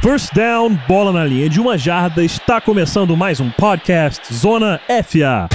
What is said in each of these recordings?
First down, bola na linha de 1 jarda, está começando mais um podcast Zona FA.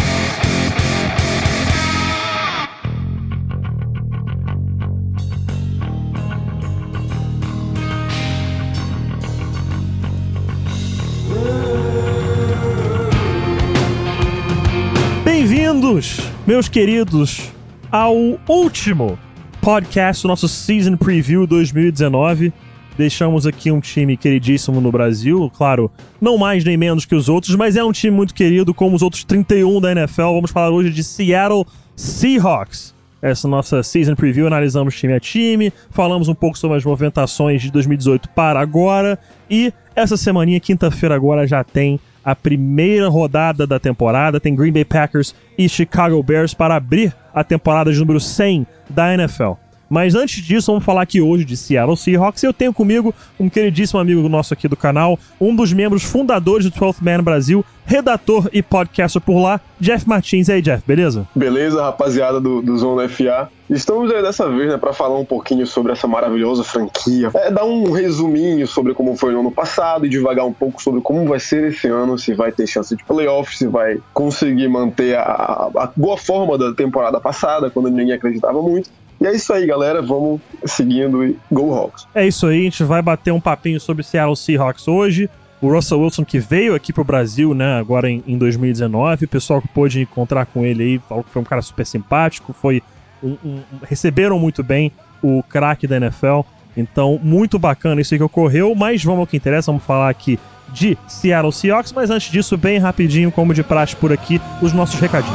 Bem-vindos, meus queridos, ao último podcast do nosso Season Preview 2019. Deixamos aqui um time queridíssimo no Brasil, claro, não mais nem menos que os outros, mas é um time muito querido como os outros 31 da NFL. Vamos falar hoje de Seattle Seahawks. Essa nossa Season Preview, analisamos time a time, falamos um pouco sobre as movimentações de 2018 para agora, e essa semaninha, quinta-feira agora, já tem a primeira rodada da temporada, tem Green Bay Packers e Chicago Bears para abrir a temporada de número 100 da NFL. Mas antes disso, vamos falar aqui hoje de Seattle Seahawks. Eu tenho comigo um queridíssimo amigo nosso aqui do canal, um dos membros fundadores do 12th Man Brasil, redator e podcaster por lá, Jeff Martins. E aí, Jeff, beleza? Beleza, rapaziada do Zona FA. Estamos aí dessa vez, para falar um pouquinho sobre essa maravilhosa franquia. Dar um resuminho sobre como foi no ano passado e divagar um pouco sobre como vai ser esse ano, se vai ter chance de playoff, se vai conseguir manter a boa forma da temporada passada, quando ninguém acreditava muito. E é isso aí, galera, vamos seguindo e Go Hawks. É isso aí, a gente vai bater um papinho sobre Seattle Seahawks hoje. O Russell Wilson, que veio aqui pro Brasil, né, agora em 2019, o pessoal que pôde encontrar com ele aí falou que foi um cara super simpático, receberam muito bem o craque da NFL, então muito bacana isso aí que ocorreu, mas vamos ao que interessa, vamos falar aqui de Seattle Seahawks, mas antes disso, bem rapidinho, como de praxe por aqui, os nossos recadinhos.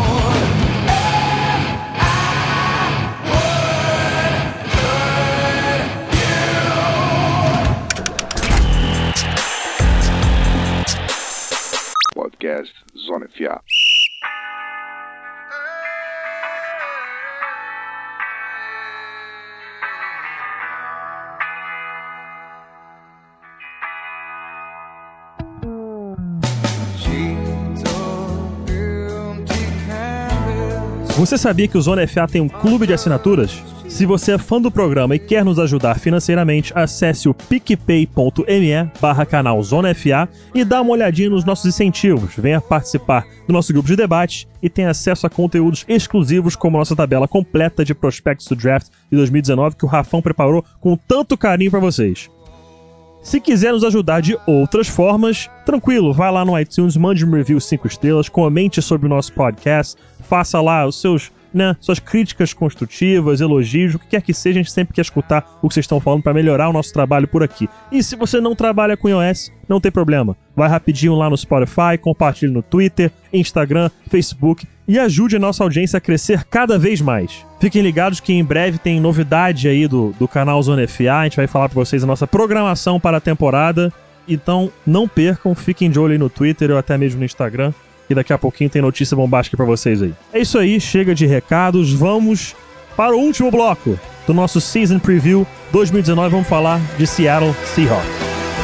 Podcast Zona FA. Você sabia que o Zona FA tem um clube de assinaturas? Se você é fã do programa e quer nos ajudar financeiramente, acesse o picpay.me/canal Zona FA e dá uma olhadinha nos nossos incentivos. Venha participar do nosso grupo de debate e tenha acesso a conteúdos exclusivos como a nossa tabela completa de prospectos do draft de 2019 que o Rafão preparou com tanto carinho para vocês. Se quiser nos ajudar de outras formas, tranquilo, vai lá no iTunes, mande um review 5 estrelas, comente sobre o nosso podcast, faça lá os suas críticas construtivas, elogios, o que quer que seja, a gente sempre quer escutar o que vocês estão falando para melhorar o nosso trabalho por aqui. E se você não trabalha com iOS, não tem problema. Vai rapidinho lá no Spotify, compartilhe no Twitter, Instagram, Facebook e ajude a nossa audiência a crescer cada vez mais. Fiquem ligados que em breve tem novidade aí do canal Zona FA, a gente vai falar para vocês a nossa programação para a temporada, então não percam, fiquem de olho aí no Twitter ou até mesmo no Instagram, e daqui a pouquinho tem notícia bombástica pra vocês aí. É isso aí, chega de recados, vamos para o último bloco do nosso Season Preview 2019, vamos falar de Seattle Seahawks.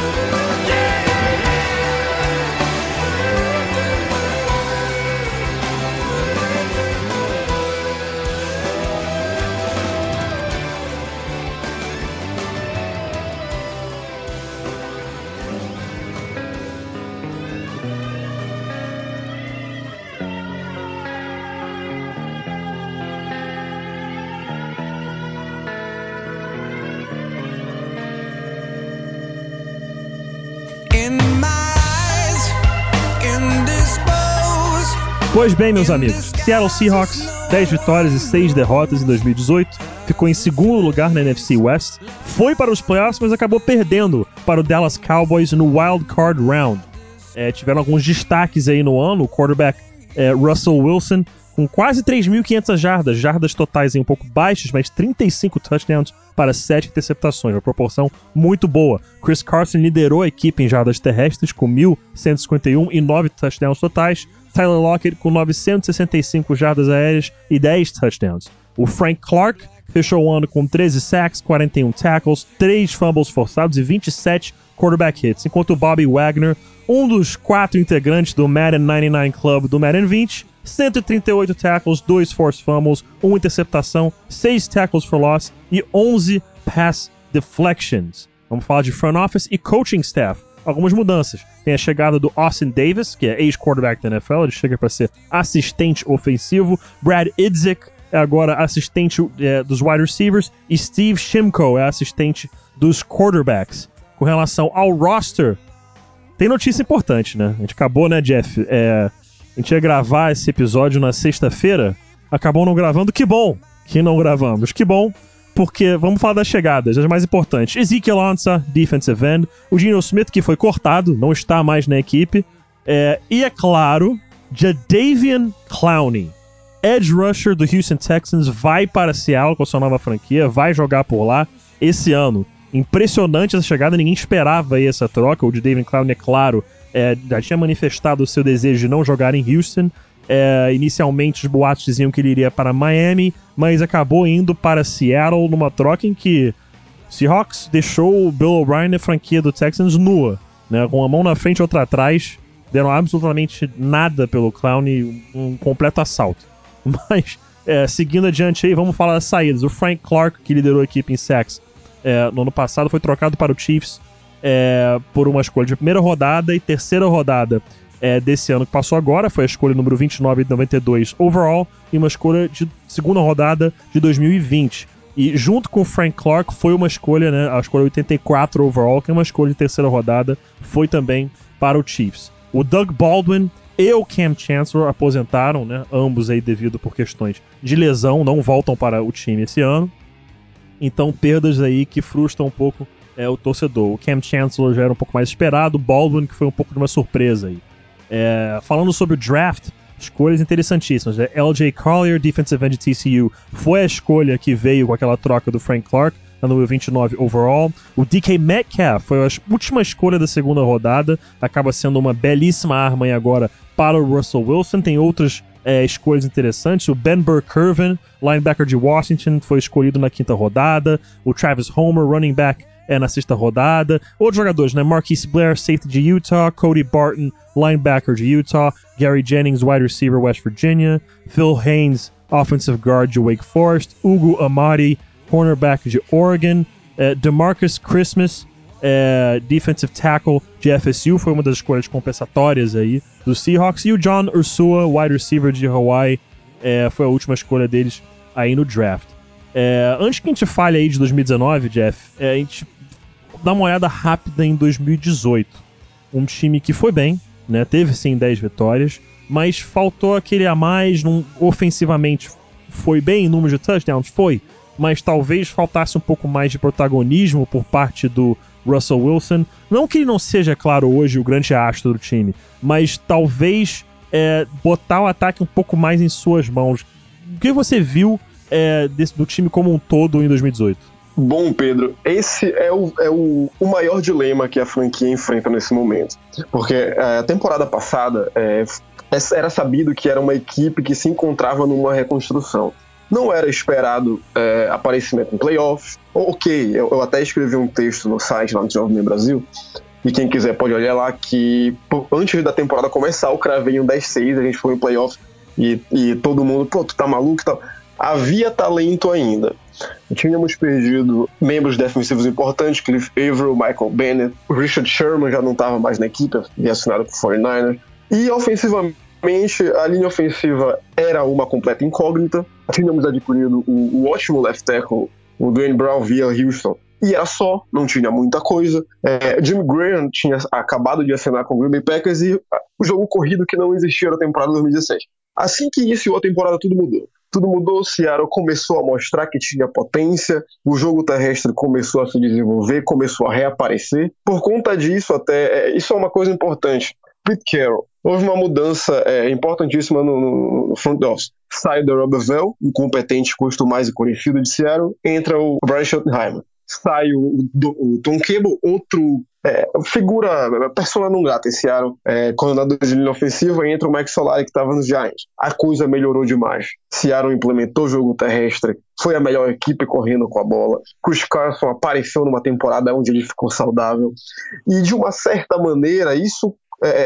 Pois bem, meus amigos, Seattle Seahawks, 10 vitórias e 6 derrotas em 2018, ficou em segundo lugar na NFC West, foi para os playoffs, mas acabou perdendo para o Dallas Cowboys no Wild Card Round. Tiveram alguns destaques aí no ano, o quarterback Russell Wilson, com quase 3.500 jardas totais um pouco baixas, mas 35 touchdowns para 7 interceptações, uma proporção muito boa. Chris Carson liderou a equipe em jardas terrestres com 1.151 e 9 touchdowns totais. Tyler Lockett com 965 jardas aéreas e 10 touchdowns. O Frank Clark fechou o ano com 13 sacks, 41 tackles, 3 fumbles forçados e 27 quarterback hits, enquanto o Bobby Wagner, um dos 4 integrantes do Madden 99 Club do Madden 20, 138 tackles, 2 forced fumbles, 1 interceptação, 6 tackles for loss e 11 pass deflections. Vamos falar de front office e coaching staff. Algumas mudanças. Tem a chegada do Austin Davis, que é ex-quarterback da NFL, ele chega para ser assistente ofensivo. Brad Idzik é agora assistente dos wide receivers. E Steve Shimko é assistente dos quarterbacks. Com relação ao roster, tem notícia importante, né? A gente acabou, né, Jeff? A gente ia gravar esse episódio na sexta-feira, acabou não gravando. Que bom que não gravamos. Que bom, porque vamos falar das chegadas, as mais importantes. Ezekiel Ansah, defensive end. O Geno Smith, que foi cortado, não está mais na equipe. E, é claro, Jadeveon Clowney, edge rusher do Houston Texans, vai para Seattle com a sua nova franquia, vai jogar por lá esse ano. Impressionante essa chegada, ninguém esperava aí essa troca. O Jadeveon Clowney, é claro, já tinha manifestado o seu desejo de não jogar em Houston. Inicialmente os boatos diziam que ele iria para Miami, mas acabou indo para Seattle numa troca em que Seahawks deixou o Bill O'Brien e a franquia do Texans nua, né, com uma mão na frente e outra atrás. Deram absolutamente nada pelo Clowney, um completo assalto. Mas, seguindo adiante aí, vamos falar das saídas. O Frank Clark, que liderou a equipe em sacks no ano passado, foi trocado para o Chiefs por uma escolha de primeira rodada e terceira rodada desse ano que passou agora. Foi a escolha número 29 de 92 overall e uma escolha de segunda rodada de 2020. E junto com o Frank Clark foi uma escolha, né, a escolha 84 overall, que é uma escolha de terceira rodada, foi também para o Chiefs. O Doug Baldwin e o Cam Chancellor aposentaram, né, ambos aí devido por questões de lesão, não voltam para o time esse ano. Então, perdas aí que frustram um pouco o torcedor. O Cam Chancellor já era um pouco mais esperado, o Baldwin, que foi um pouco de uma surpresa aí. Falando sobre o draft, escolhas interessantíssimas. LJ Collier, defensive end de TCU, foi a escolha que veio com aquela troca do Frank Clark, na número 29 overall. O DK Metcalf foi a última escolha da segunda rodada, acaba sendo uma belíssima arma aí agora para o Russell Wilson. Tem outras escolhas interessantes. O Ben Burr-Kirven, linebacker de Washington, foi escolhido na quinta rodada. O Travis Homer, running back, na sexta rodada. Outros jogadores, né? Marquise Blair, safety de Utah. Cody Barton, linebacker de Utah. Gary Jennings, wide receiver, West Virginia. Phil Haynes, offensive guard de Wake Forest. Ugo Amadi, cornerback de Oregon. DeMarcus Christmas, defensive tackle de FSU, foi uma das escolhas compensatórias aí dos Seahawks. E o John Ursua, wide receiver de Hawaii, foi a última escolha deles aí no draft. Antes que a gente fale aí de 2019, Jeff, a gente dá uma olhada rápida em 2018. Um time que foi bem, né? Teve sim 10 vitórias, mas faltou aquele a mais. Ofensivamente foi bem em número de touchdowns? Foi, mas talvez faltasse um pouco mais de protagonismo por parte do Russell Wilson. Não que ele não seja, claro, hoje o grande astro do time, mas talvez botar o ataque um pouco mais em suas mãos. O que você viu do time como um todo em 2018? Bom, Pedro, esse é o maior dilema que a franquia enfrenta nesse momento. Porque a temporada passada era sabido que era uma equipe que se encontrava numa reconstrução. Não era esperado aparecimento em playoffs. Ok, eu até escrevi um texto no site lá no Jovem Brasil, e quem quiser pode olhar lá, que antes da temporada começar eu cravei um 10-6, a gente foi em playoffs e todo mundo, pô, tu tá maluco e tal. Havia talento ainda. Tínhamos perdido membros defensivos importantes, Cliff Averill, Michael Bennett, o Richard Sherman já não estava mais na equipe, havia assinado com o 49ers. E ofensivamente, a linha ofensiva era uma completa incógnita. Tínhamos adquirido o ótimo left tackle, o Dwayne Brown, via Houston, e era só, não tinha muita coisa. Jimmy Graham tinha acabado de assinar com o Green Bay Packers e o jogo corrido que não existia na temporada de 2016. Assim que iniciou a temporada, tudo mudou. Tudo mudou, Seattle começou a mostrar que tinha potência, o jogo terrestre começou a se desenvolver, começou a reaparecer. Por conta disso, isso é uma coisa importante. Pete Carroll, houve uma mudança importantíssima no front office. Sai o Robert Bell, um competente, custo mais conhecido de Seattle, entra o Brian Schottenheimer. Sai o Tom Cable, outro figura, persona non grata em Seattle, coordenador de linha ofensiva, entra o Mike Solari, que estava nos Giants. A coisa melhorou demais. Seattle implementou o jogo terrestre, foi a melhor equipe correndo com a bola. Chris Carson apareceu numa temporada onde ele ficou saudável. E de uma certa maneira, isso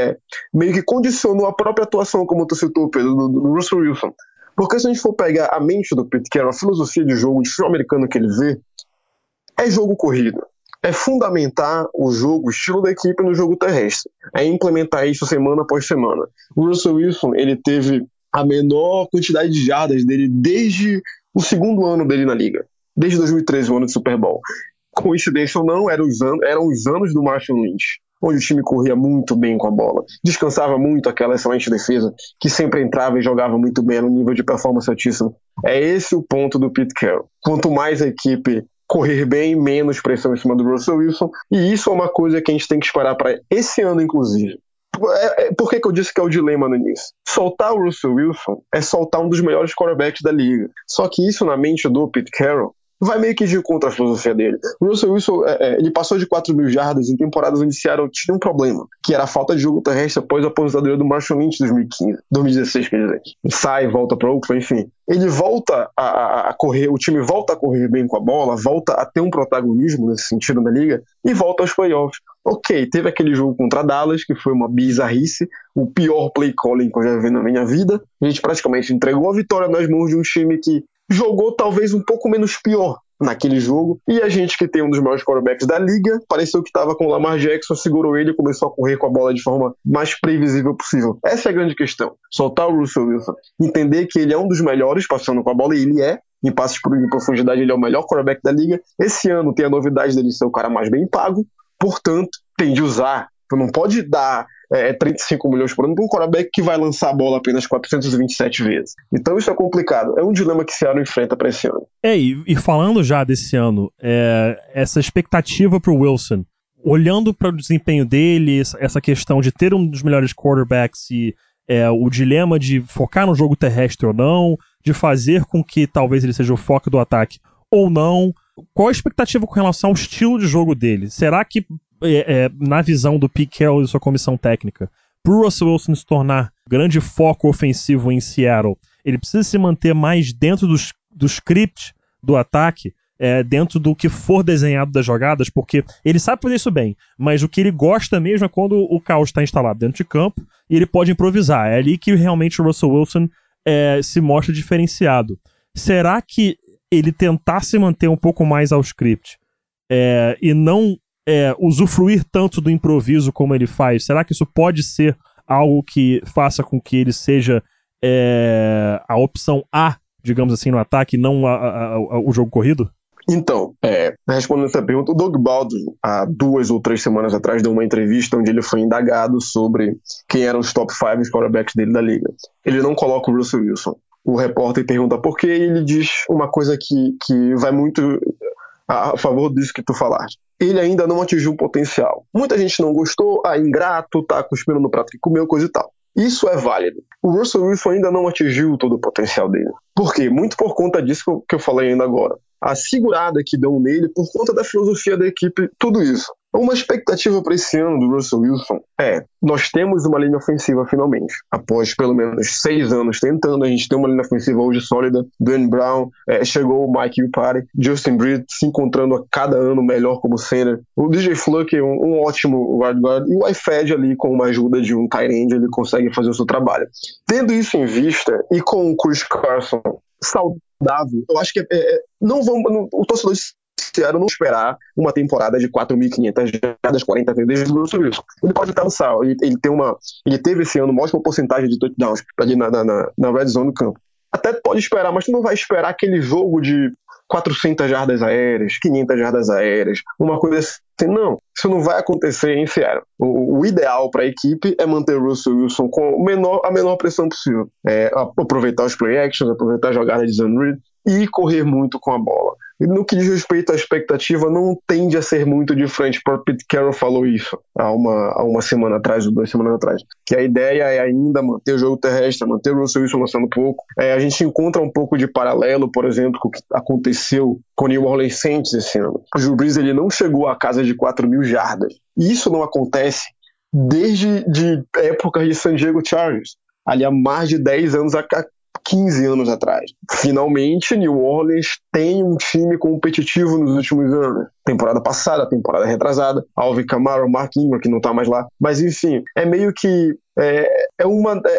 meio que condicionou a própria atuação, como tu citou, Pedro, do Russell Wilson. Porque se a gente for pegar a mente do Pete Carroll, a filosofia de jogo de futebol americano que ele vê, é jogo corrido. é fundamentar o jogo, o estilo da equipe no jogo terrestre. É implementar isso semana após semana. O Russell Wilson, ele teve a menor quantidade de jardas dele desde o segundo ano dele na liga. Desde 2013, o ano de Super Bowl. Coincidência ou não, eram os anos do Marshall Lynch, onde o time corria muito bem com a bola, descansava muito aquela excelente defesa, que sempre entrava e jogava muito bem no nível de performance altíssimo. É esse o ponto do Pete Carroll. Quanto mais a equipe correr bem, menos pressão em cima do Russell Wilson, e isso é uma coisa que a gente tem que esperar para esse ano, inclusive. Por que eu disse que é o dilema no início? Soltar o Russell Wilson é soltar um dos melhores quarterbacks da liga. Só que isso, na mente do Pete Carroll, vai meio que ir contra a filosofia dele. O Russell Wilson, ele passou de 4.000 jardas em temporadas onde Seattle tinha um problema, que era a falta de jogo terrestre após a aposentadoria do Marshall Lynch em 2016, quer dizer. Sai, volta para Oakland, enfim. Ele volta a correr, o time volta a correr bem com a bola, volta a ter um protagonismo nesse sentido na liga e volta aos playoffs. Ok, teve aquele jogo contra Dallas, que foi uma bizarrice, o pior play calling que eu já vi na minha vida. A gente praticamente entregou a vitória nas mãos de um time que jogou talvez um pouco menos pior naquele jogo, e a gente que tem um dos maiores quarterbacks da liga, pareceu que estava com o Lamar Jackson, segurou ele e começou a correr com a bola de forma mais previsível possível. Essa é a grande questão. Soltar o Russell Wilson, entender que ele é um dos melhores passando com a bola, e ele é, em passes em profundidade, ele é o melhor quarterback da liga. Esse ano tem a novidade dele ser o cara mais bem pago, portanto, tem de usar. Tu não pode dar 35 milhões por ano para um quarterback que vai lançar a bola apenas 427 vezes. Então isso é complicado. É um dilema que o Seattle enfrenta para esse ano. E falando já desse ano, essa expectativa para o Wilson, olhando para o desempenho dele, essa questão de ter um dos melhores quarterbacks e o dilema de focar no jogo terrestre ou não, de fazer com que talvez ele seja o foco do ataque ou não, qual a expectativa com relação ao estilo de jogo dele? Será que na visão do Pete Carroll e sua comissão técnica, para o Russell Wilson se tornar grande foco ofensivo em Seattle, ele precisa se manter mais dentro do script do ataque, dentro do que for desenhado das jogadas, porque ele sabe fazer isso bem, mas o que ele gosta mesmo é quando o caos está instalado dentro de campo e ele pode improvisar. É ali que realmente o Russell Wilson se mostra diferenciado. Será que ele tentar se manter um pouco mais ao script e não usufruir tanto do improviso como ele faz, será que isso pode ser algo que faça com que ele seja a opção A, digamos assim, no ataque, não o jogo corrido? Então, respondendo essa pergunta, o Doug Baldwin, há 2 ou 3 semanas atrás, deu uma entrevista onde ele foi indagado sobre quem eram os top 5 quarterbacks dele da liga. Ele não coloca o Russell Wilson. O repórter pergunta por quê, e ele diz uma coisa que vai muito a favor disso que tu falaste. Ele ainda não atingiu o potencial. Muita gente não gostou, ingrato, tá cuspindo no prato que comeu, coisa e tal. Isso é válido. O Russell Wilson ainda não atingiu todo o potencial dele. Por quê? Muito por conta disso que eu falei ainda agora. A segurada que dão nele por conta da filosofia da equipe, tudo isso. Uma expectativa para esse ano do Russell Wilson nós temos uma linha ofensiva finalmente. Após pelo menos 6 anos tentando, a gente tem uma linha ofensiva hoje sólida. Dwayne Brown, chegou o Mike Upari, Justin Britt se encontrando a cada ano melhor como center. O DJ Fluke, um ótimo guard guard. E o iFed ali, com uma ajuda de um tight end, ele consegue fazer o seu trabalho. Tendo isso em vista, e com o Chris Carson saudável, eu acho que o torcedor Seattle não esperar uma temporada de 4.500 jardas, 40 desde o Russell Wilson. Ele pode avançar. Ele teve esse ano uma ótima porcentagem de touchdowns ali na red zone do campo. Até pode esperar, mas tu não vai esperar aquele jogo de 400 jardas aéreas, 500 jardas aéreas, uma coisa assim. Não, isso não vai acontecer em Seattle. O ideal para a equipe é manter o Russell Wilson com a menor pressão possível. Aproveitar os play actions, aproveitar a jogada de Zone Read e correr muito com a bola. E no que diz respeito à expectativa, não tende a ser muito diferente. O Pete Carroll falou isso há uma semana atrás, ou 2 semanas atrás, que a ideia é ainda manter o jogo terrestre, manter o Russell Wilson lançando pouco. A gente encontra um pouco de paralelo, por exemplo, com o que aconteceu com o New Orleans Saints esse ano. O Drew Brees, ele não chegou à casa de 4.000 jardas. E isso não acontece desde épocas de San Diego Chargers, ali há mais de 10 anos, 15 anos atrás. Finalmente, New Orleans tem um time competitivo nos últimos anos. Temporada passada, temporada retrasada, Alvin Kamara, Mark Ingram, que não tá mais lá. Mas, enfim, é meio que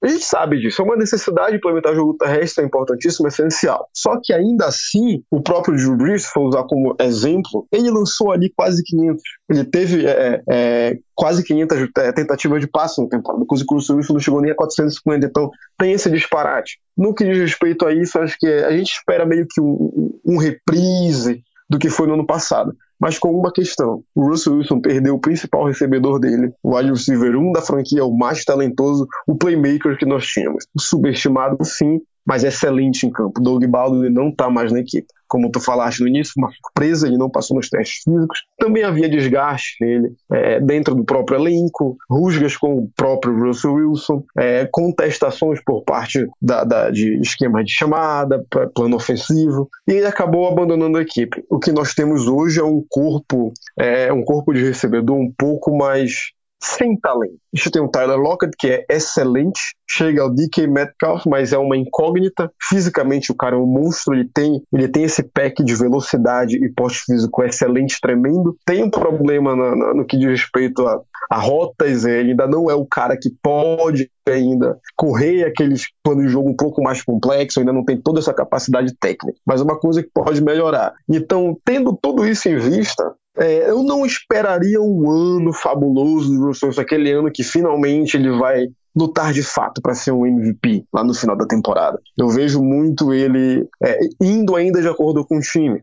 A gente sabe disso, é uma necessidade implementar o jogo terrestre, é importantíssimo, é essencial. Só que ainda assim, o próprio Drew Brees, se for usar como exemplo, ele lançou ali quase 500. Ele teve quase 500 tentativas de passe na temporada, coisa que o Russell Wilson não chegou nem a 450, então tem esse disparate. No que diz respeito a isso, acho que a gente espera meio que um reprise do que foi no ano passado. Mas com uma questão, o Russell Wilson perdeu o principal recebedor dele, o wide receiver 1 da franquia, o mais talentoso, o playmaker que nós tínhamos. Subestimado sim, mas excelente em campo. Doug Baldwin não está mais na equipe. Como tu falaste no início, uma surpresa, ele não passou nos testes físicos. Também havia desgaste nele dentro do próprio elenco, rusgas com o próprio Russell Wilson, contestações por parte de esquema de chamada, plano ofensivo, e ele acabou abandonando a equipe. O que nós temos hoje é um corpo de recebedor um pouco mais sem talento. A gente tem o Tyler Lockett, que é excelente, chega ao DK Metcalf, mas é uma incógnita. Fisicamente o cara é um monstro, ele tem esse pack de velocidade e porte físico excelente, tremendo. Tem um problema no que diz respeito a rotas, ele ainda não é o cara que pode ainda correr aqueles planos de jogo um pouco mais complexos, ainda não tem toda essa capacidade técnica, mas é uma coisa que pode melhorar. Então, tendo tudo isso em vista, eu não esperaria um ano fabuloso do Russell Wilson, aquele ano que finalmente ele vai lutar de fato para ser um MVP lá no final da temporada. Eu vejo muito ele indo ainda de acordo com o time,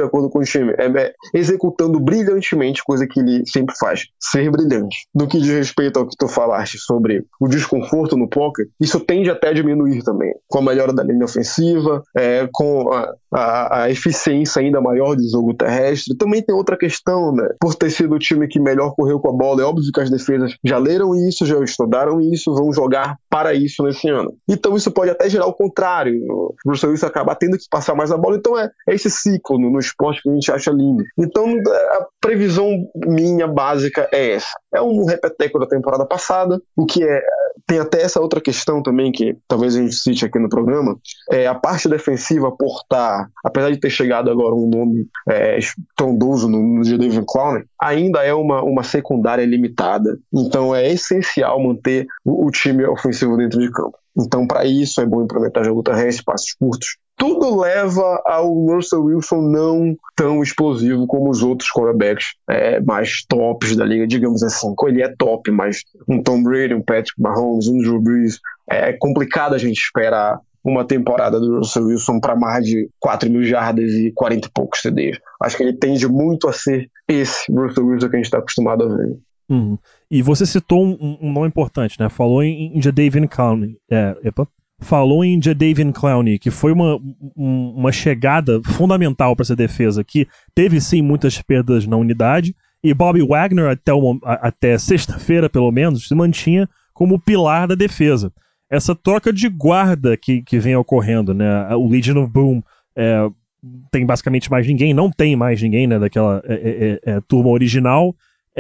executando brilhantemente, coisa que ele sempre faz, ser brilhante. No que diz respeito ao que tu falaste sobre o desconforto no pocket, isso tende até a diminuir também, com a melhora da linha ofensiva, com a eficiência ainda maior do jogo terrestre. Também tem outra questão, né? Por ter sido o time que melhor correu com a bola, é óbvio que as defesas já leram isso, já estudaram isso, vão jogar para isso nesse ano. Então isso pode até gerar o contrário. O Russell Wilson acaba tendo que passar mais a bola. Então é esse ciclo no esporte que a gente acha lindo. Então a previsão minha básica é essa. É um repeteco da temporada passada, o que tem até essa outra questão também que talvez a gente cite aqui no programa, a parte defensiva por estar, apesar de ter chegado agora um nome estrondoso no Jadeveon Clowney, ainda é uma secundária limitada. Então é essencial manter o time ofensivo dentro de campo. Então para isso é bom implementar jogo terrestre, passos curtos. Tudo leva ao Russell Wilson não tão explosivo como os outros quarterbacks mais tops da liga, digamos assim. Ele é top, mas um Tom Brady, um Patrick Mahomes, um Drew Brees, é complicado a gente esperar uma temporada do Russell Wilson para mais de 4.000 jardas e 40 e poucos TDs. Acho que ele tende muito a ser esse Russell Wilson que a gente está acostumado a ver. E você citou um nome importante, né? Falou em Jadeveon Clowney. Falou em Jadeveon Clowney, que foi uma chegada fundamental para essa defesa, que teve sim muitas perdas na unidade, e Bobby Wagner, até sexta-feira pelo menos, se mantinha como pilar da defesa. Essa troca de guarda que vem ocorrendo, né? O Legion of Boom tem basicamente mais ninguém, não tem mais ninguém, né, daquela turma original.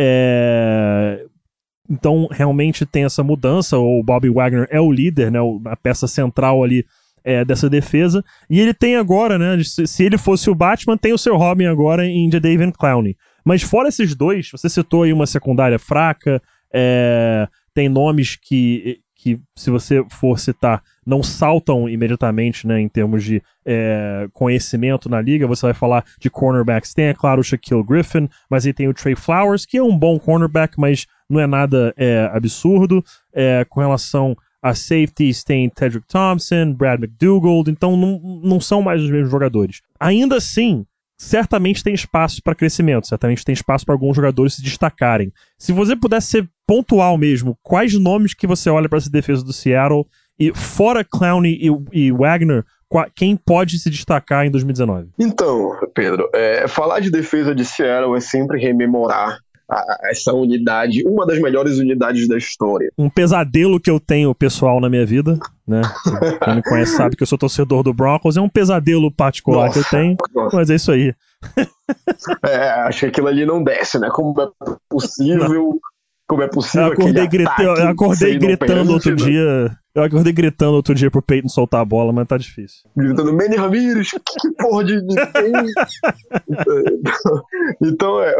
Então realmente tem essa mudança. O Bobby Wagner é o líder, né, a peça central ali dessa defesa, e ele tem agora, né, se ele fosse o Batman, tem o seu Robin agora em Jadeveon Clowney. Mas fora esses dois, você citou aí uma secundária fraca, tem nomes que se você for citar, não saltam imediatamente, né, em termos de conhecimento na liga. Você vai falar de cornerbacks, tem, é claro, o Shaquille Griffin, mas aí tem o Trey Flowers, que é um bom cornerback, mas não é nada absurdo. Com relação a safeties, tem Tedrick Thompson, Brad McDougald, então não são mais os mesmos jogadores. Ainda assim, certamente tem espaço para crescimento, certamente tem espaço para alguns jogadores se destacarem. Se você pudesse ser pontual mesmo, quais nomes que você olha para essa defesa do Seattle, e fora Clowney e Wagner, quem pode se destacar em 2019? Então, Pedro, falar de defesa de Seattle é sempre rememorar essa unidade, uma das melhores unidades da história. Um pesadelo que eu tenho pessoal na minha vida, né? Quem me conhece sabe que eu sou torcedor do Broncos, é um pesadelo particular que eu tenho, mas é isso aí. Acho que aquilo ali não desce, né? Como é possível... Como é possível eu acordei gritando outro dia. Eu acordei gritando outro dia pro Peyton soltar a bola, mas tá difícil. Gritando, Manny Ramirez, que porra de... Então,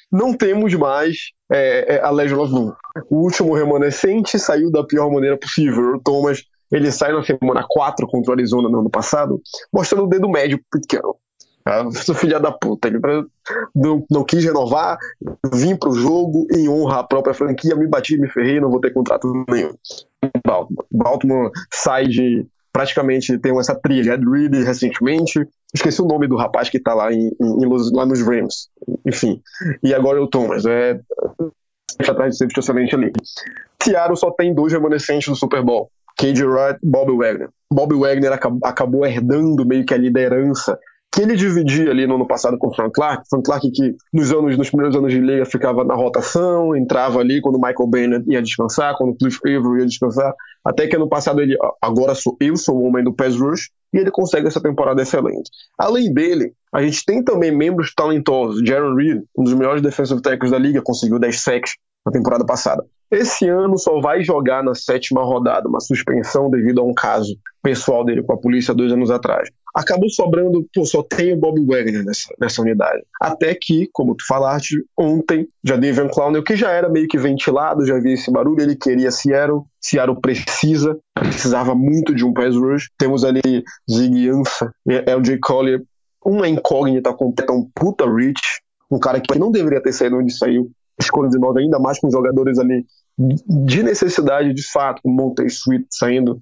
não temos mais a Legion of Boom. O último remanescente saiu da pior maneira possível. O Thomas, ele sai na semana 4 contra o Arizona no ano passado, mostrando o dedo médio pro Pete Carroll. Sou filha da puta, ele não quis renovar, vim pro jogo em honra à própria franquia, me bati, me ferrei, não vou ter contrato nenhum. Baltimore sai de, praticamente tem essa trilha, Ed Reed recentemente, esqueci o nome do rapaz que tá lá nos Rams, enfim, e agora é o Thomas, atrás de ser especialmente ali. Seattle só tem 2 remanescentes do Super Bowl, KJ Wright e Bobby Wagner. Bobby Wagner acabou herdando meio que a liderança que ele dividia ali no ano passado com o Frank Clark. Frank Clark que nos primeiros anos de liga ficava na rotação, entrava ali quando o Michael Bennett ia descansar, quando o Cliff Avery ia descansar, até que ano passado ele, agora eu sou o homem do pass rush, e ele consegue essa temporada excelente. Além dele, a gente tem também membros talentosos. Jaron Reed, um dos melhores defensive tackles da liga, conseguiu 10 sacks na temporada passada. Esse ano só vai jogar na 7ª rodada, uma suspensão devido a um caso pessoal dele com a polícia 2 anos atrás. Acabou sobrando, só tem o Bobby Wagner nessa unidade. Até que, como tu falaste, ontem, Jadeveon Clowney, que já era meio que ventilado, já havia esse barulho, ele queria Seattle precisava muito de um pass rush. Temos ali Ziggy Ansah, LJ Collier, uma incógnita completa, um puta reach, um cara que não deveria ter saído onde saiu, escolha de 9, ainda mais com jogadores ali de necessidade, de fato, com Montez Sweat saindo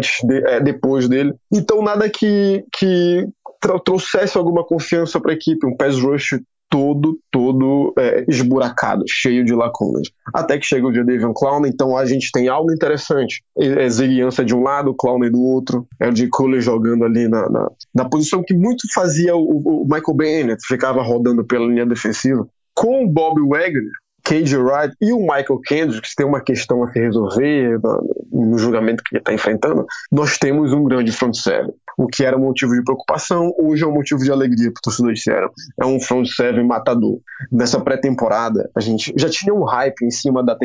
depois dele. Então nada que trouxesse alguma confiança para a equipe, um pass rush todo esburacado, cheio de lacunas. Até que chega o Jadeveon Clowney, então a gente tem algo interessante. Ziggy Ansah de um lado, Clowney do outro, LJ Collier jogando ali na posição que muito fazia o Michael Bennett, ficava rodando pela linha defensiva. Com o Bobby Wagner, KJ Wright e o Michael Kendricks, que tem uma questão a se resolver no julgamento que ele está enfrentando, nós temos um grande front seven. O que era um motivo de preocupação, hoje é um motivo de alegria para o torcedor de Seattle. É um front seven matador. Nessa pré-temporada, a gente já tinha um hype em cima da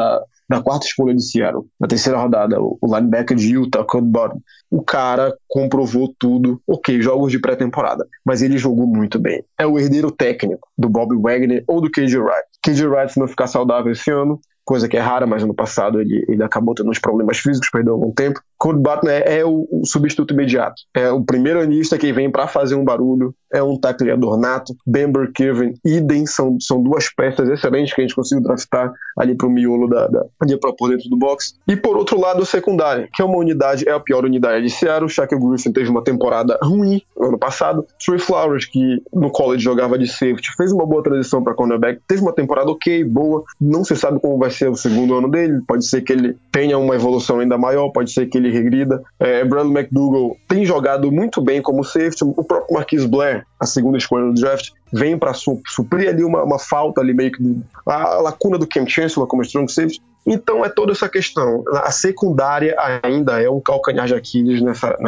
4ª escolha de Seattle, na 3ª rodada, o linebacker de Utah, Cody Barton. O cara comprovou tudo. Ok, jogos de pré-temporada, mas ele jogou muito bem. É o herdeiro técnico do Bobby Wagner ou do KJ Wright. KJ Wright, se não ficar saudável esse ano, coisa que é rara, mas ano passado ele acabou tendo uns problemas físicos, perdeu algum tempo. Cody Barton é o substituto imediato. É o primeiro anista que vem para fazer um barulho, é um tacleador nato. Ben Burr-Kirven, idem, são 2 peças excelentes que a gente conseguiu draftar ali pro miolo ali por dentro do box. E por outro lado, a secundária, que é uma unidade, é a pior unidade de Seattle. Shaquille Griffin teve uma temporada ruim no ano passado. Trey Flowers, que no college jogava de safety, fez uma boa transição para cornerback, teve uma temporada ok, boa, não se sabe como vai ser o segundo ano dele, pode ser que ele tenha uma evolução ainda maior, pode ser que ele regrida. Bradley McDougall tem jogado muito bem como safety. O próprio Marquise Blair, a 2ª escolha do draft, vem para suprir ali uma falta ali, meio que a lacuna do Cam Chancellor como strong safety. Então é toda essa questão. A secundária ainda é um calcanhar de Aquiles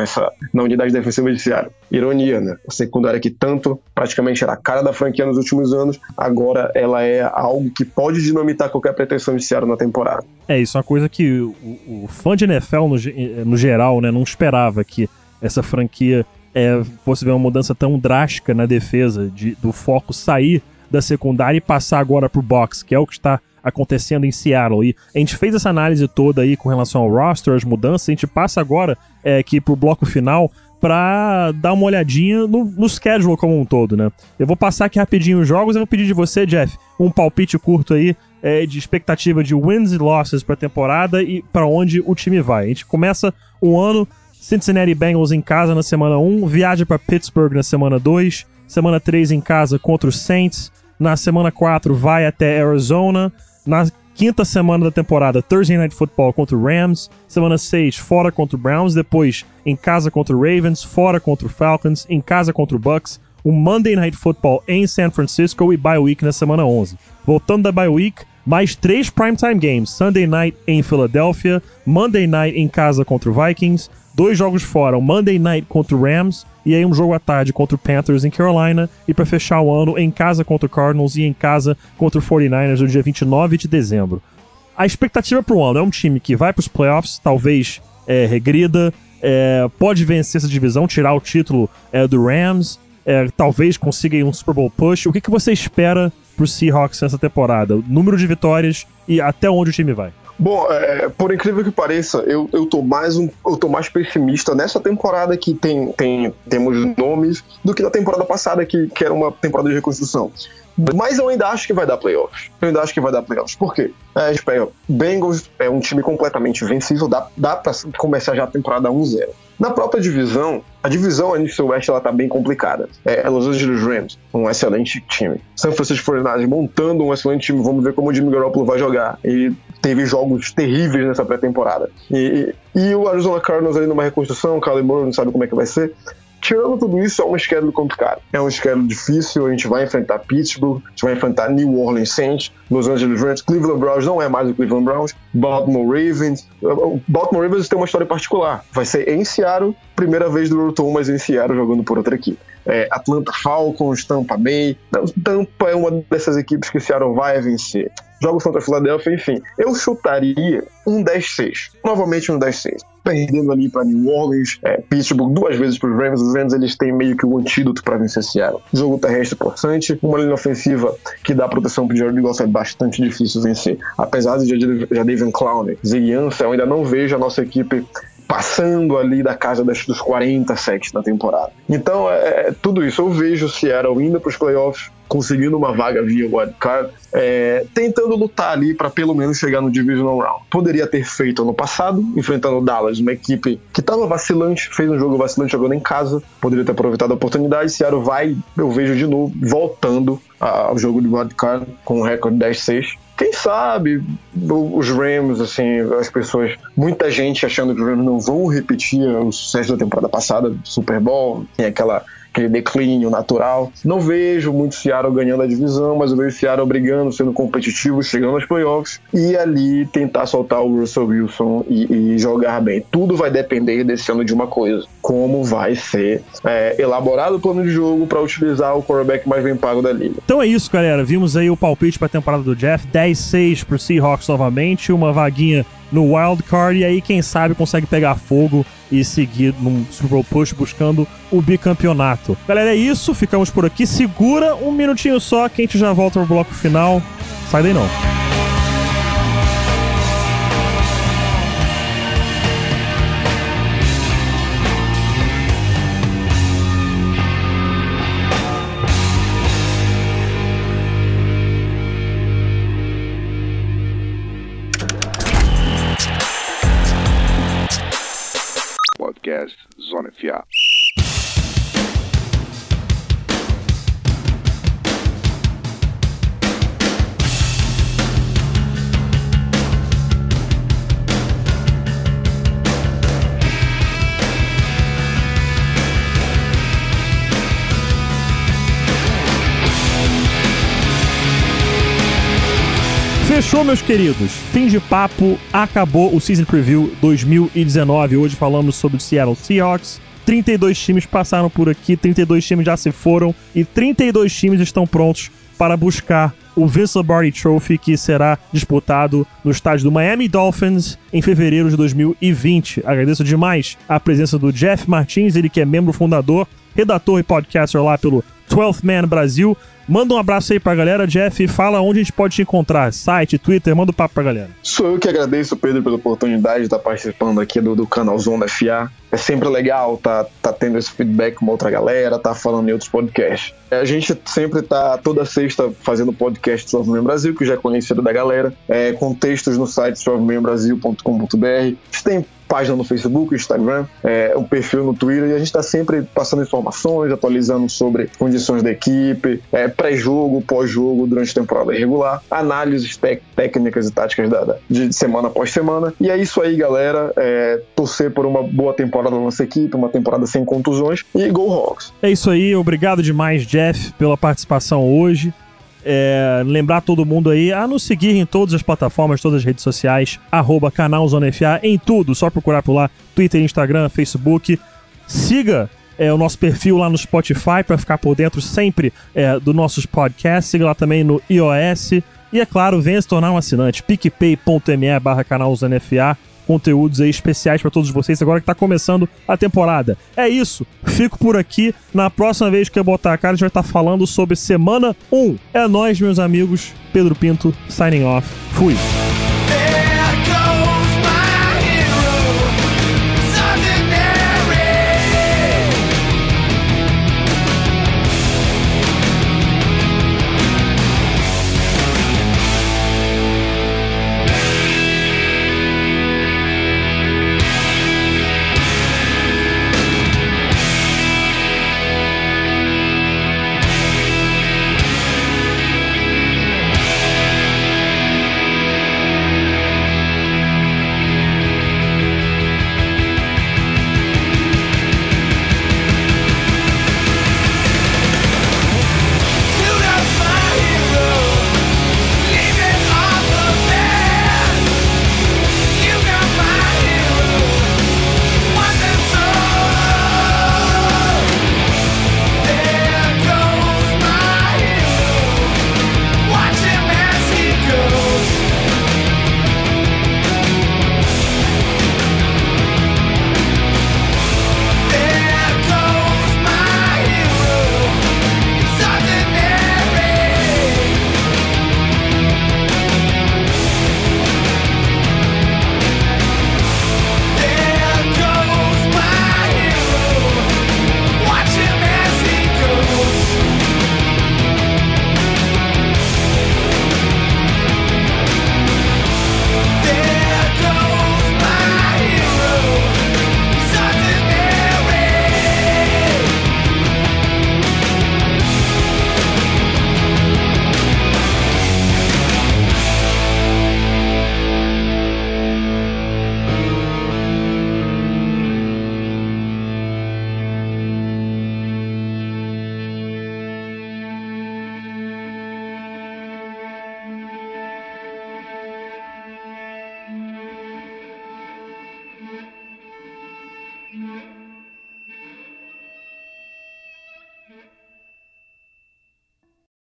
na unidade defensiva de Seattle. Ironia, né? A secundária que tanto praticamente era a cara da franquia nos últimos anos, agora ela é algo que pode dinamitar qualquer pretensão de Seattle na temporada. Isso é uma coisa que o fã de NFL no geral, né, não esperava que essa franquia fosse ver uma mudança tão drástica na defesa, do foco sair da secundária e passar agora pro box, que é o que está acontecendo em Seattle. E a gente fez essa análise toda aí com relação ao roster, as mudanças. A gente passa agora aqui pro bloco final para dar uma olhadinha no schedule como um todo, né? Eu vou passar aqui rapidinho os jogos. Eu vou pedir de você, Jeff, um palpite curto aí de expectativa de wins e losses para a temporada e para onde o time vai. A gente começa o ano Cincinnati Bengals em casa na semana 1, viaja para Pittsburgh na semana 2, semana 3 em casa contra os Saints, na semana 4 vai até Arizona, na 5ª semana da temporada, Thursday Night Football contra o Rams, semana 6 fora contra o Browns, depois em casa contra o Ravens, fora contra o Falcons, em casa contra o Bucks, o Monday Night Football em San Francisco e bye week na semana 11. Voltando da bye week, mais 3 primetime games, Sunday Night em Philadelphia, Monday Night em casa contra o Vikings, 2 jogos fora, o Monday Night contra o Rams, e aí um jogo à tarde contra o Panthers em Carolina, e para fechar o ano em casa contra o Cardinals e em casa contra o 49ers no dia 29 de dezembro. A expectativa para o ano é um time que vai para os playoffs, talvez regrida, pode vencer essa divisão, tirar o título do Rams, talvez consiga um Super Bowl push. O que você espera pro Seahawks nessa temporada? O número de vitórias e até onde o time vai? Bom, por incrível que pareça, eu tô mais pessimista nessa temporada que temos nomes do que na temporada passada, que era uma temporada de reconstrução. Mas eu ainda acho que vai dar playoffs. Por quê? Bengals é um time completamente vencível, dá pra começar já a temporada 1-0. Na própria divisão, a divisão a NFC West ela tá bem complicada. Los Angeles Rams, um excelente time. San Francisco 49ers montando um excelente time. Vamos ver como o Jimmy Garoppolo vai jogar. E teve jogos terríveis nessa pré-temporada. E o Arizona Cardinals ali numa reconstrução, o Kyler Murray não sabe como é que vai ser. Tirando tudo isso, é um schedule complicado. É um schedule difícil, a gente vai enfrentar Pittsburgh, a gente vai enfrentar New Orleans Saints, Los Angeles Rams, Cleveland Browns não é mais o Cleveland Browns, Baltimore Ravens. O Baltimore Ravens tem uma história particular. Vai ser em Seattle, primeira vez do Rotom, mas em Seattle jogando por outra equipe. Atlanta Falcons, Tampa Bay. Tampa é uma dessas equipes que o Seattle vai vencer. Jogos contra a Filadélfia, enfim. Eu chutaria um 10-6. Novamente um 10-6. Perdendo ali para New Orleans, Pittsburgh, 2 vezes para os Rams. Os Rams eles têm meio que o antídoto para vencer Seattle. Jogo terrestre importante, uma linha ofensiva que dá proteção para o Jared Goff é bastante difícil vencer. Apesar de Jadeveon Clowney, Ziggy Ansah, eu ainda não vejo a nossa equipe passando ali da casa dos 40 sacks na temporada. Então, tudo isso. Eu vejo o Seattle indo para os playoffs, conseguindo uma vaga via wildcard, tentando lutar ali para pelo menos chegar no Divisional Round. Poderia ter feito ano passado, enfrentando o Dallas, uma equipe que estava vacilante, fez um jogo vacilante jogando em casa, poderia ter aproveitado a oportunidade. Seattle eu vejo de novo, voltando ao jogo de wildcard com um recorde 10-6. Quem sabe os Rams, assim, as pessoas, muita gente achando que os Rams não vão repetir o sucesso da temporada passada do Super Bowl, tem aquele declínio natural. Não vejo muito Seattle ganhando a divisão, mas eu vejo Seattle brigando, sendo competitivo, chegando aos playoffs e ali tentar soltar o Russell Wilson e jogar bem. Tudo vai depender desse ano de uma coisa: como vai ser elaborado o plano de jogo para utilizar o quarterback mais bem pago da liga. Então é isso, galera. Vimos aí o palpite para a temporada do Jeff, 10-6 pro Seahawks novamente, uma vaguinha no Wild Card, e aí quem sabe consegue pegar fogo e seguir num Super Bowl push buscando o bicampeonato. Galera, é isso, ficamos por aqui. Segura um minutinho só que a gente já volta pro bloco final. Sai daí não. Podcast Zona FA. Fechou, meus queridos. Fim de papo, acabou o Season Preview 2019. Hoje falamos sobre o Seattle Seahawks. 32 times passaram por aqui, 32 times já se foram e 32 times estão prontos para buscar o Vince Lombardi Trophy, que será disputado no estádio do Miami Dolphins em fevereiro de 2020. Agradeço demais a presença do Jeff Martins, ele que é membro fundador, redator e podcaster lá pelo 12th Man Brasil. Manda um abraço aí pra galera, Jeff, e fala onde a gente pode te encontrar, site, Twitter, manda um papo pra galera. Sou eu que agradeço, Pedro, pela oportunidade de estar participando aqui do canal Zona FA. É sempre legal tá tendo esse feedback com uma outra galera, tá falando em outros podcasts. A gente sempre tá toda sexta fazendo podcast do 12th Man Brasil, que já é conhecido da galera, com textos no site 12manbrasil.com.br. A gente tem página no Facebook, Instagram, um perfil no Twitter, e a gente está sempre passando informações, atualizando sobre condições da equipe, pré-jogo, pós-jogo, durante a temporada irregular, análises técnicas e táticas de semana após semana. E é isso aí, galera. Torcer por uma boa temporada da nossa equipe, uma temporada sem contusões, e Go Hawks! É isso aí, obrigado demais, Jeff, pela participação hoje. Lembrar todo mundo aí a nos seguir em todas as plataformas, todas as redes sociais, @canal Zona FA, em tudo, só procurar por lá, Twitter, Instagram, Facebook. Siga o nosso perfil lá no Spotify para ficar por dentro sempre dos nossos podcasts. Siga lá também no iOS. E é claro, venha se tornar um assinante, picpay.me/canal Zona FA. conteúdos aí especiais pra todos vocês, agora que tá começando a temporada. É isso, fico por aqui. Na próxima vez que eu botar a cara, a gente vai estar falando sobre semana 1. É nóis, meus amigos. Pedro Pinto, signing off. Fui.